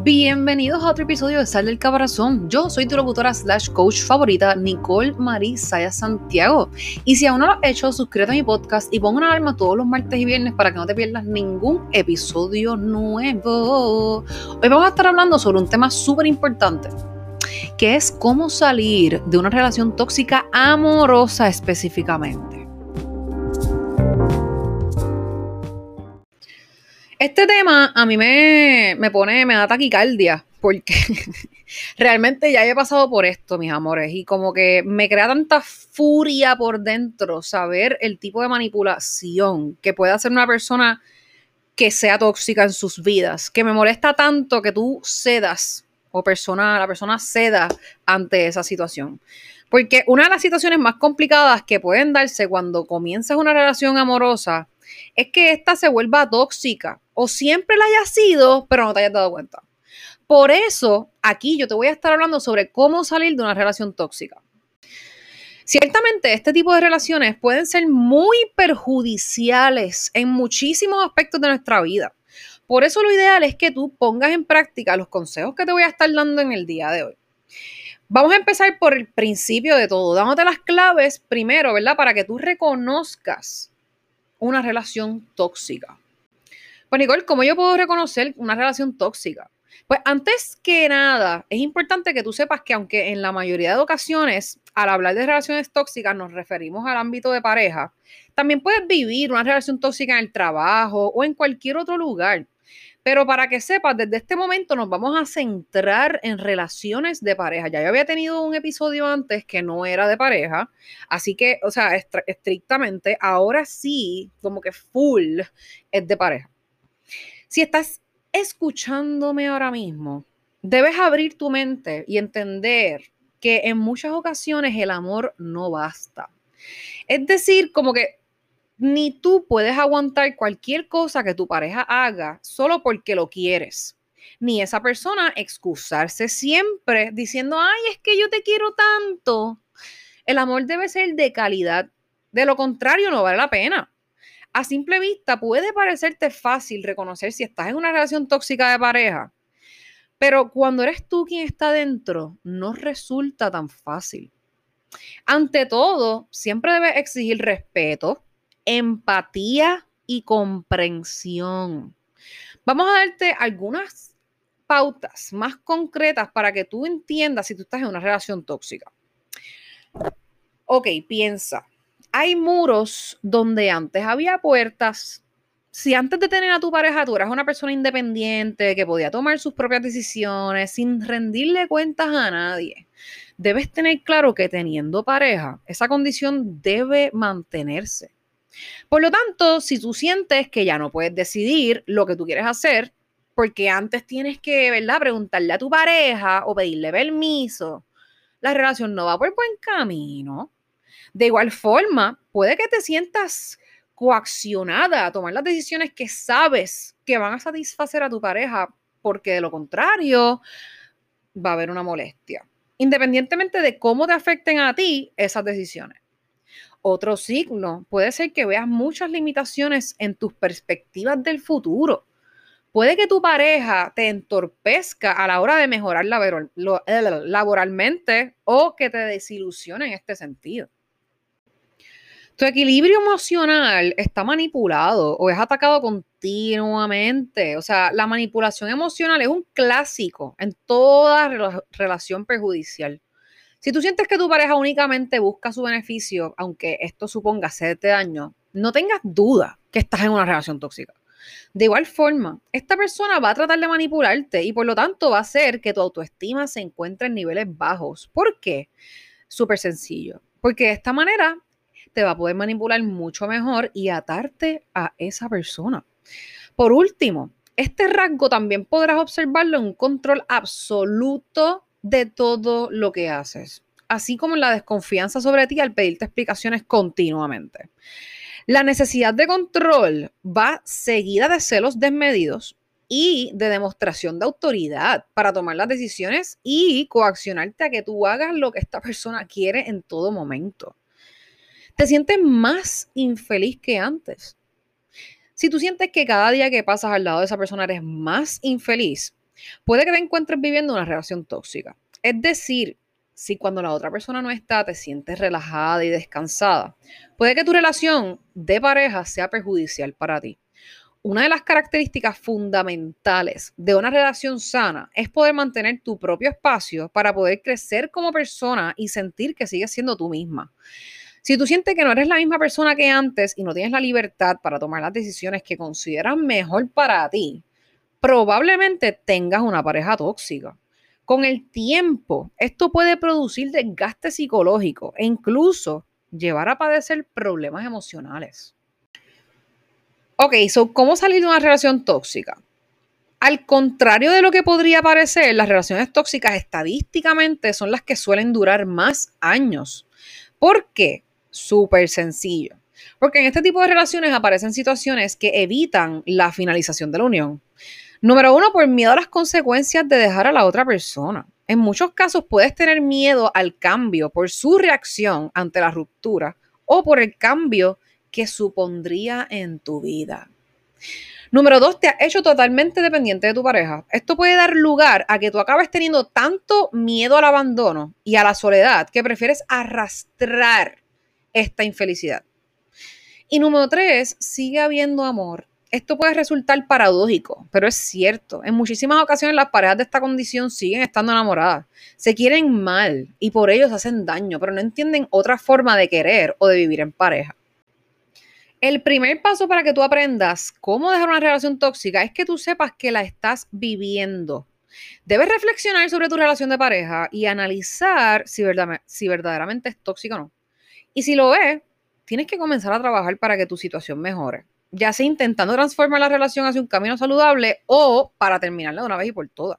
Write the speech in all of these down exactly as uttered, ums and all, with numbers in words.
Bienvenidos a otro episodio de Sal del Caparazón. Yo soy tu locutora slash coach favorita, Nicole Marie Sayas Santiago. Y si aún no lo has hecho, suscríbete a mi podcast y pon una alarma todos los martes y viernes para que no te pierdas ningún episodio nuevo. Hoy vamos a estar hablando sobre un tema súper importante, que es cómo salir de una relación tóxica amorosa específicamente. Este tema a mí me, me pone, me da taquicardia, porque realmente ya he pasado por esto, mis amores, y como que me crea tanta furia por dentro saber el tipo de manipulación que puede hacer una persona que sea tóxica en sus vidas, que me molesta tanto que tú cedas, o persona, la persona ceda ante esa situación. Porque una de las situaciones más complicadas que pueden darse cuando comienzas una relación amorosa es que ésta se vuelva tóxica o siempre la haya sido, pero no te hayas dado cuenta. Por eso, aquí yo te voy a estar hablando sobre cómo salir de una relación tóxica. Ciertamente, este tipo de relaciones pueden ser muy perjudiciales en muchísimos aspectos de nuestra vida. Por eso lo ideal es que tú pongas en práctica los consejos que te voy a estar dando en el día de hoy. Vamos a empezar por el principio de todo, dándote las claves primero, ¿verdad? Para que tú reconozcas una relación tóxica. Pues Nicole, ¿cómo yo puedo reconocer una relación tóxica? Pues antes que nada, es importante que tú sepas que aunque en la mayoría de ocasiones, al hablar de relaciones tóxicas, nos referimos al ámbito de pareja, también puedes vivir una relación tóxica en el trabajo o en cualquier otro lugar. Pero para que sepas, desde este momento nos vamos a centrar en relaciones de pareja. Ya yo había tenido un episodio antes que no era de pareja, así que, o sea, est- estrictamente, ahora sí, como que full es de pareja. Si estás escuchándome ahora mismo, debes abrir tu mente y entender que en muchas ocasiones el amor no basta. Es decir, como que ni tú puedes aguantar cualquier cosa que tu pareja haga solo porque lo quieres. Ni esa persona excusarse siempre diciendo, ay, es que yo te quiero tanto. El amor debe ser de calidad. De lo contrario, no vale la pena. A simple vista puede parecerte fácil reconocer si estás en una relación tóxica de pareja, pero cuando eres tú quien está dentro, no resulta tan fácil. Ante todo, siempre debes exigir respeto, empatía y comprensión. Vamos a darte algunas pautas más concretas para que tú entiendas si tú estás en una relación tóxica. Ok, piensa. Hay muros donde antes había puertas. Si antes de tener a tu pareja tú eras una persona independiente que podía tomar sus propias decisiones sin rendirle cuentas a nadie, debes tener claro que teniendo pareja, esa condición debe mantenerse. Por lo tanto, si tú sientes que ya no puedes decidir lo que tú quieres hacer, porque antes tienes que, ¿verdad?, preguntarle a tu pareja o pedirle permiso, la relación no va por buen camino. De igual forma, puede que te sientas coaccionada a tomar las decisiones que sabes que van a satisfacer a tu pareja, porque de lo contrario va a haber una molestia, independientemente de cómo te afecten a ti esas decisiones. Otro signo puede ser que veas muchas limitaciones en tus perspectivas del futuro. Puede que tu pareja te entorpezca a la hora de mejorar labor- lo- eh, laboralmente o que te desilusione en este sentido. Tu equilibrio emocional está manipulado o es atacado continuamente. O sea, la manipulación emocional es un clásico en toda rela- relación perjudicial. Si tú sientes que tu pareja únicamente busca su beneficio, aunque esto suponga hacerte daño, no tengas duda que estás en una relación tóxica. De igual forma, esta persona va a tratar de manipularte y por lo tanto va a hacer que tu autoestima se encuentre en niveles bajos. ¿Por qué? Súper sencillo. Porque de esta manera te va a poder manipular mucho mejor y atarte a esa persona. Por último, este rasgo también podrás observarlo en un control absoluto de todo lo que haces, así como en la desconfianza sobre ti al pedirte explicaciones continuamente. La necesidad de control va seguida de celos desmedidos y de demostración de autoridad para tomar las decisiones y coaccionarte a que tú hagas lo que esta persona quiere en todo momento. Te sientes más infeliz que antes. Si tú sientes que cada día que pasas al lado de esa persona eres más infeliz, Puede que te encuentres viviendo una relación tóxica. Es decir, si cuando la otra persona no está te sientes relajada y descansada, puede que tu relación de pareja sea perjudicial para ti. Una de las características fundamentales de una relación sana es poder mantener tu propio espacio para poder crecer como persona y sentir que sigues siendo tú misma. Si tú sientes que no eres la misma persona que antes y no tienes la libertad para tomar las decisiones que consideras mejor para ti, probablemente tengas una pareja tóxica. Con el tiempo, esto puede producir desgaste psicológico e incluso llevar a padecer problemas emocionales. Ok, so, ¿cómo salir de una relación tóxica? Al contrario de lo que podría parecer, las relaciones tóxicas estadísticamente son las que suelen durar más años. ¿Por qué? Súper sencillo. Porque en este tipo de relaciones aparecen situaciones que evitan la finalización de la unión. Número uno, por miedo a las consecuencias de dejar a la otra persona. En muchos casos puedes tener miedo al cambio por su reacción ante la ruptura o por el cambio que supondría en tu vida. Número dos, te has hecho totalmente dependiente de tu pareja. Esto puede dar lugar a que tú acabes teniendo tanto miedo al abandono y a la soledad que prefieres arrastrar esta infelicidad. Y número tres, sigue habiendo amor. Esto puede resultar paradójico, pero es cierto. En muchísimas ocasiones las parejas de esta condición siguen estando enamoradas. Se quieren mal y por ello se hacen daño, pero no entienden otra forma de querer o de vivir en pareja. El primer paso para que tú aprendas cómo dejar una relación tóxica es que tú sepas que la estás viviendo. Debes reflexionar sobre tu relación de pareja y analizar si, verdad, si verdaderamente es tóxica o no. Y si lo es, tienes que comenzar a trabajar para que tu situación mejore, ya sea intentando transformar la relación hacia un camino saludable o para terminarla de una vez y por todas.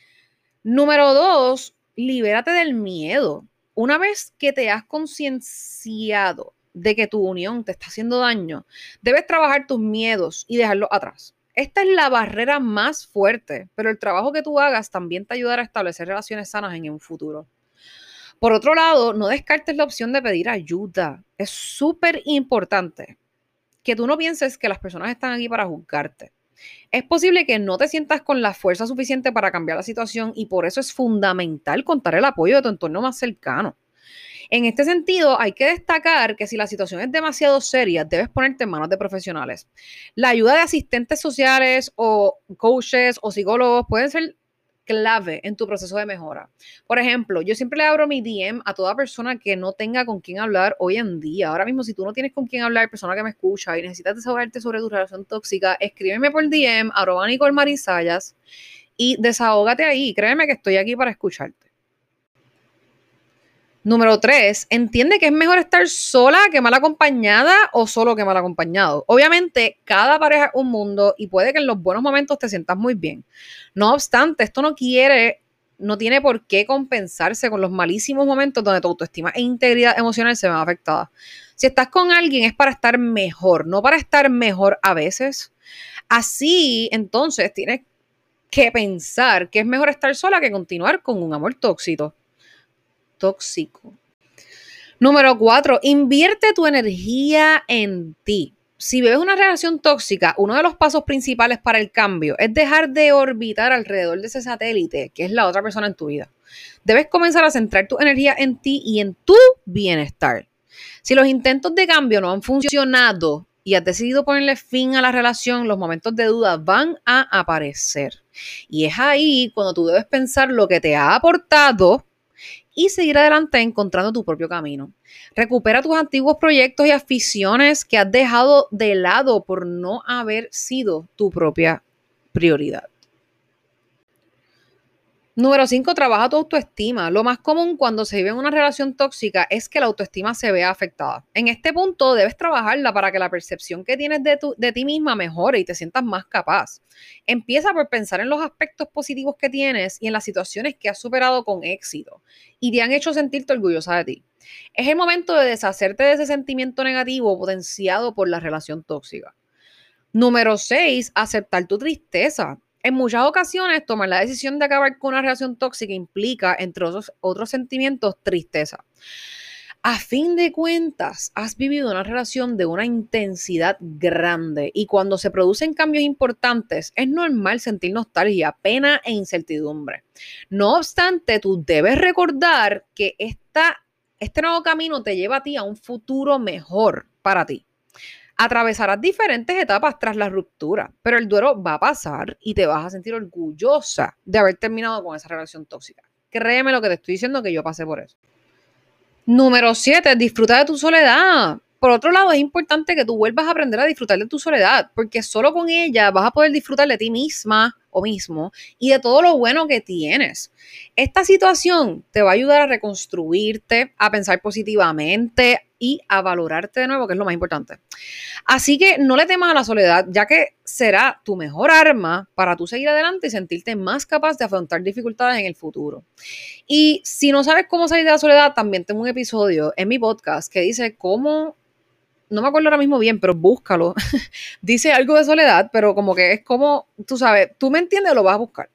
Número dos, libérate del miedo. Una vez que te has concienciado de que tu unión te está haciendo daño, debes trabajar tus miedos y dejarlos atrás. Esta es la barrera más fuerte, pero el trabajo que tú hagas también te ayudará a establecer relaciones sanas en un futuro. Por otro lado, no descartes la opción de pedir ayuda. Es súper importante que tú no pienses que las personas están aquí para juzgarte. Es posible que no te sientas con la fuerza suficiente para cambiar la situación y por eso es fundamental contar el apoyo de tu entorno más cercano. En este sentido, hay que destacar que si la situación es demasiado seria, debes ponerte en manos de profesionales. La ayuda de asistentes sociales o coaches o psicólogos pueden ser clave en tu proceso de mejora. Por ejemplo, yo siempre le abro mi D M a toda persona que no tenga con quién hablar hoy en día. Ahora mismo, si tú no tienes con quién hablar, persona que me escucha y necesitas desahogarte sobre tu relación tóxica, escríbeme por D M, arroba Nicole Marisayas, y desahógate ahí. Créeme que estoy aquí para escucharte. Número tres, entiende que es mejor estar sola que mal acompañada o solo que mal acompañado. Obviamente, cada pareja es un mundo y puede que en los buenos momentos te sientas muy bien. No obstante, esto no quiere, no tiene por qué compensarse con los malísimos momentos donde tu autoestima e integridad emocional se ven afectadas. Si estás con alguien es para estar mejor, no para estar mejor a veces. Así, entonces, tienes que pensar que es mejor estar sola que continuar con un amor tóxico. tóxico. Número cuatro, invierte tu energía en ti. Si vives una relación tóxica, uno de los pasos principales para el cambio es dejar de orbitar alrededor de ese satélite que es la otra persona en tu vida. Debes comenzar a centrar tu energía en ti y en tu bienestar. Si los intentos de cambio no han funcionado y has decidido ponerle fin a la relación, los momentos de duda van a aparecer. Y es ahí cuando tú debes pensar lo que te ha aportado y seguir adelante encontrando tu propio camino. Recupera tus antiguos proyectos y aficiones que has dejado de lado por no haber sido tu propia prioridad. Número cinco, trabaja tu autoestima. Lo más común cuando se vive en una relación tóxica es que la autoestima se vea afectada. En este punto debes trabajarla para que la percepción que tienes de, tu, de ti misma mejore y te sientas más capaz. Empieza por pensar en los aspectos positivos que tienes y en las situaciones que has superado con éxito y te han hecho sentirte orgullosa de ti. Es el momento de deshacerte de ese sentimiento negativo potenciado por la relación tóxica. Número seis, aceptar tu tristeza. En muchas ocasiones, tomar la decisión de acabar con una relación tóxica implica, entre otros, otros sentimientos, tristeza. A fin de cuentas, has vivido una relación de una intensidad grande y cuando se producen cambios importantes, es normal sentir nostalgia, pena e incertidumbre. No obstante, tú debes recordar que esta, este nuevo camino te lleva a ti a un futuro mejor para ti. Atravesarás diferentes etapas tras la ruptura, pero el duelo va a pasar y te vas a sentir orgullosa de haber terminado con esa relación tóxica. Créeme lo que te estoy diciendo, que yo pasé por eso. Número siete, disfruta de tu soledad. Por otro lado, es importante que tú vuelvas a aprender a disfrutar de tu soledad, porque solo con ella vas a poder disfrutar de ti misma o mismo y de todo lo bueno que tienes. Esta situación te va a ayudar a reconstruirte, a pensar positivamente y a valorarte de nuevo, que es lo más importante. Así que no le temas a la soledad, ya que será tu mejor arma para tú seguir adelante y sentirte más capaz de afrontar dificultades en el futuro. Y si no sabes cómo salir de la soledad, también tengo un episodio en mi podcast que dice cómo, no me acuerdo ahora mismo bien, pero búscalo. Dice algo de soledad, pero como que es como, tú sabes, tú me entiendes o lo vas a buscar.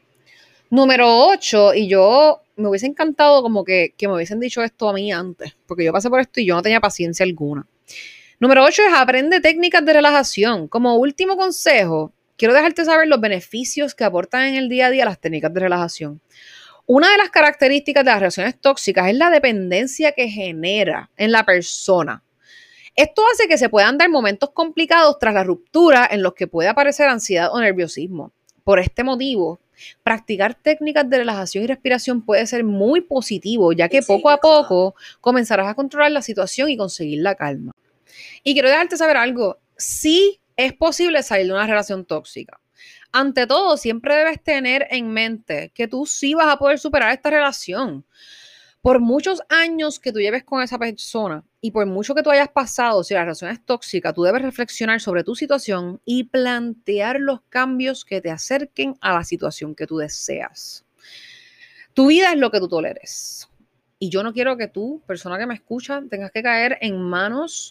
Número ocho, y yo me hubiese encantado como que, que me hubiesen dicho esto a mí antes, porque yo pasé por esto y yo no tenía paciencia alguna. Número ocho es aprende técnicas de relajación. Como último consejo, quiero dejarte saber los beneficios que aportan en el día a día las técnicas de relajación. Una de las características de las relaciones tóxicas es la dependencia que genera en la persona. Esto hace que se puedan dar momentos complicados tras la ruptura en los que puede aparecer ansiedad o nerviosismo. Por este motivo, practicar técnicas de relajación y respiración puede ser muy positivo, ya que poco a poco comenzarás a controlar la situación y conseguir la calma. Y quiero dejarte saber algo, sí es posible salir de una relación tóxica. Ante todo, siempre debes tener en mente que tú sí vas a poder superar esta relación. Por muchos años que tú lleves con esa persona y por mucho que tú hayas pasado, si la relación es tóxica, tú debes reflexionar sobre tu situación y plantear los cambios que te acerquen a la situación que tú deseas. Tu vida es lo que tú toleres. Y yo no quiero que tú, persona que me escucha, tengas que caer en manos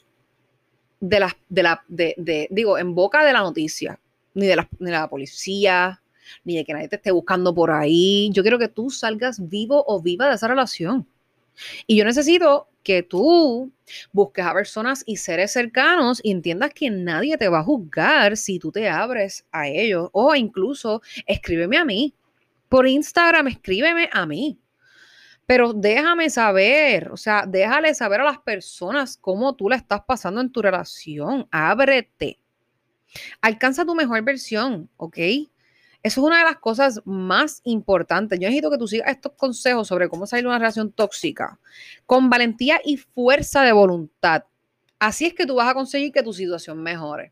de la, de la, de, de, digo, en boca de la noticia, ni de la, ni de la policía, ni de que nadie te esté buscando por ahí. Yo quiero que tú salgas vivo o viva de esa relación. Y yo necesito que tú busques a personas y seres cercanos y entiendas que nadie te va a juzgar si tú te abres a ellos. O incluso escríbeme a mí. Por Instagram, escríbeme a mí. Pero déjame saber, o sea, déjale saber a las personas cómo tú la estás pasando en tu relación. Ábrete. Alcanza tu mejor versión, ¿ok? Eso es una de las cosas más importantes. Yo necesito que tú sigas estos consejos sobre cómo salir de una relación tóxica con valentía y fuerza de voluntad. Así es que tú vas a conseguir que tu situación mejore.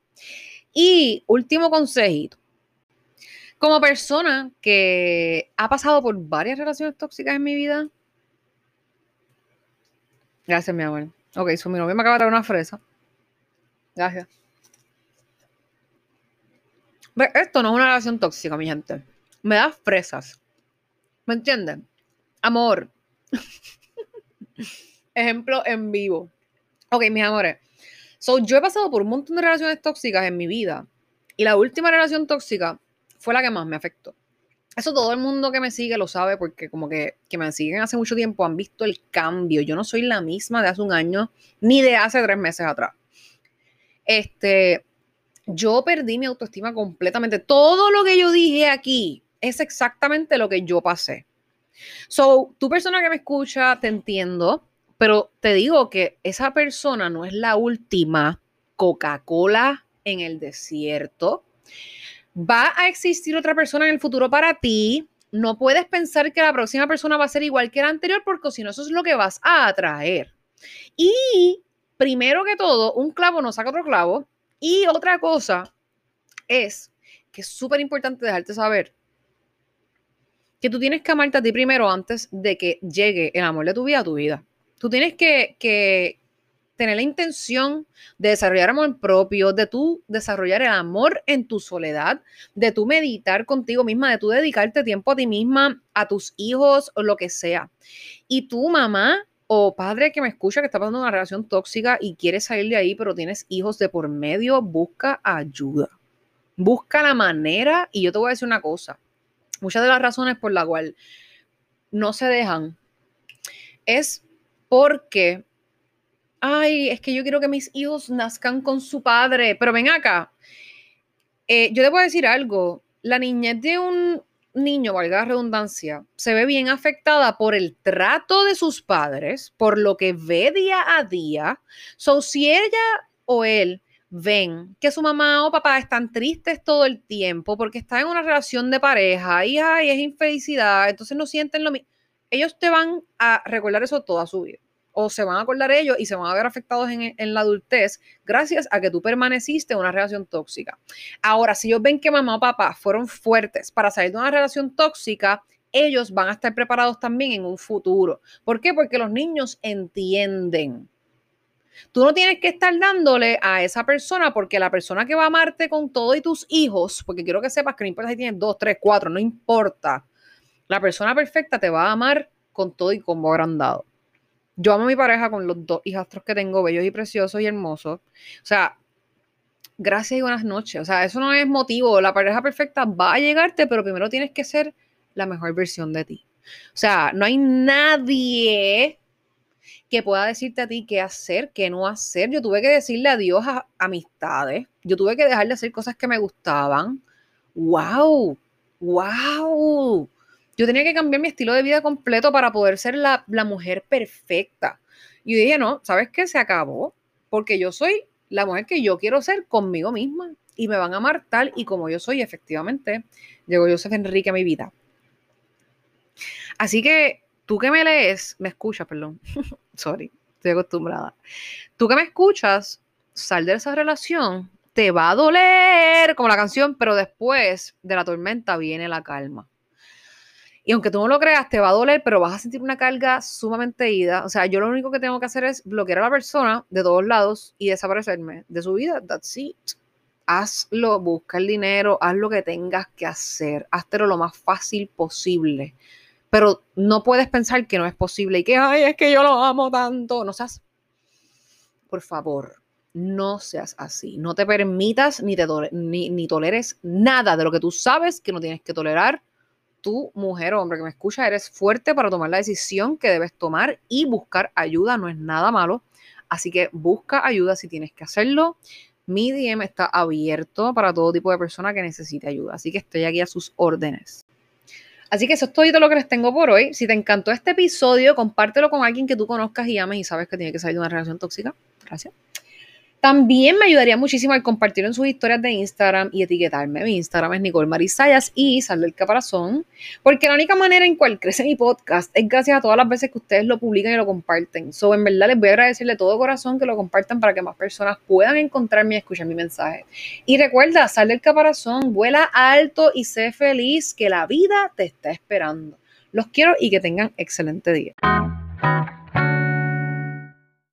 Y último consejito. Como persona que ha pasado por varias relaciones tóxicas en mi vida. Gracias, mi amor. Ok, so mi novio me acaba de traer una fresa. Gracias. Esto no es una relación tóxica, mi gente. Me das fresas. ¿Me entienden? Amor. Ejemplo en vivo. Ok, mis amores. So, yo he pasado por un montón de relaciones tóxicas en mi vida. Y la última relación tóxica fue la que más me afectó. Eso todo el mundo que me sigue lo sabe porque como que, que me siguen hace mucho tiempo han visto el cambio. Yo no soy la misma de hace un año ni de hace tres meses atrás. Este, yo perdí mi autoestima completamente. Todo lo que yo dije aquí es exactamente lo que yo pasé. So, tu persona que me escucha, te entiendo, pero te digo que esa persona no es la última Coca-Cola en el desierto. Va a existir otra persona en el futuro para ti. No puedes pensar que la próxima persona va a ser igual que la anterior porque si no, eso es lo que vas a atraer. Y primero que todo, un clavo no saca otro clavo. Y otra cosa es que es súper importante dejarte saber que tú tienes que amarte a ti primero antes de que llegue el amor de tu vida a tu vida. Tú tienes que, que tener la intención de desarrollar amor propio, de tú desarrollar el amor en tu soledad, de tú meditar contigo misma, de tú dedicarte tiempo a ti misma, a tus hijos o lo que sea. Y tu mamá o padre que me escucha que está pasando una relación tóxica y quieres salir de ahí, pero tienes hijos de por medio, busca ayuda. Busca la manera y yo te voy a decir una cosa. Muchas de las razones por las cuales no se dejan es porque ay, es que yo quiero que mis hijos nazcan con su padre, pero ven acá, eh, yo te puedo decir algo, la niñez de un niño, valga la redundancia, se ve bien afectada por el trato de sus padres, por lo que ve día a día. So, si ella o él ven que su mamá o papá están tristes todo el tiempo porque están en una relación de pareja y ay, es infelicidad, entonces no sienten lo mismo, ellos te van a recordar eso toda su vida. O se van a acordar ellos y se van a ver afectados en, en la adultez gracias a que tú permaneciste en una relación tóxica. Ahora, si ellos ven que mamá o papá fueron fuertes para salir de una relación tóxica, ellos van a estar preparados también en un futuro. ¿Por qué? Porque los niños entienden. Tú no tienes que estar dándole a esa persona porque la persona que va a amarte con todo y tus hijos, porque quiero que sepas que no importa si tienes dos, tres, cuatro, no importa. La persona perfecta te va a amar con todo y combo agrandado. Yo amo a mi pareja con los dos hijastros que tengo, bellos y preciosos y hermosos. O sea, gracias y buenas noches. O sea, eso no es motivo. La pareja perfecta va a llegarte, pero primero tienes que ser la mejor versión de ti. O sea, no hay nadie que pueda decirte a ti qué hacer, qué no hacer. Yo tuve que decirle adiós a amistades. Yo tuve que dejar de hacer cosas que me gustaban. ¡Wow! ¡Wow! Yo tenía que cambiar mi estilo de vida completo para poder ser la, la mujer perfecta. Y dije, no, ¿sabes qué? Se acabó. Porque yo soy la mujer que yo quiero ser conmigo misma. Y me van a amar tal y como yo soy, efectivamente. Llegó Joseph Enrique a mi vida. Así que tú que me lees, me escuchas, perdón. Sorry, estoy acostumbrada. Tú que me escuchas, sal de esa relación, te va a doler, como la canción, pero después de la tormenta viene la calma. Y aunque tú no lo creas, te va a doler, pero vas a sentir una carga sumamente ida. O sea, yo lo único que tengo que hacer es bloquear a la persona de todos lados y desaparecerme de su vida. That's it. Hazlo, busca el dinero, haz lo que tengas que hacer. Háztelo lo más fácil posible. Pero no puedes pensar que no es posible y que, ay, es que yo lo amo tanto. No seas, por favor, no seas así. No te permitas ni, te tole- ni, ni toleres nada de lo que tú sabes que no tienes que tolerar. Tú, mujer o hombre que me escucha, eres fuerte para tomar la decisión que debes tomar y buscar ayuda. No es nada malo. Así que busca ayuda si tienes que hacerlo. Mi D M está abierto para todo tipo de persona que necesite ayuda. Así que estoy aquí a sus órdenes. Así que eso es todo lo que les tengo por hoy. Si te encantó este episodio, compártelo con alguien que tú conozcas y ames y sabes que tiene que salir de una relación tóxica. Gracias. También me ayudaría muchísimo al compartirlo en sus historias de Instagram y etiquetarme. Mi Instagram es Nicole Marisayas y Sal del Caparazón, porque la única manera en cual crece mi podcast es gracias a todas las veces que ustedes lo publican y lo comparten. So, en verdad les voy a agradecer de todo corazón que lo compartan para que más personas puedan encontrarme y escuchar mi mensaje. Y recuerda, sal del caparazón, vuela alto y sé feliz, que la vida te está esperando. Los quiero y que tengan excelente día.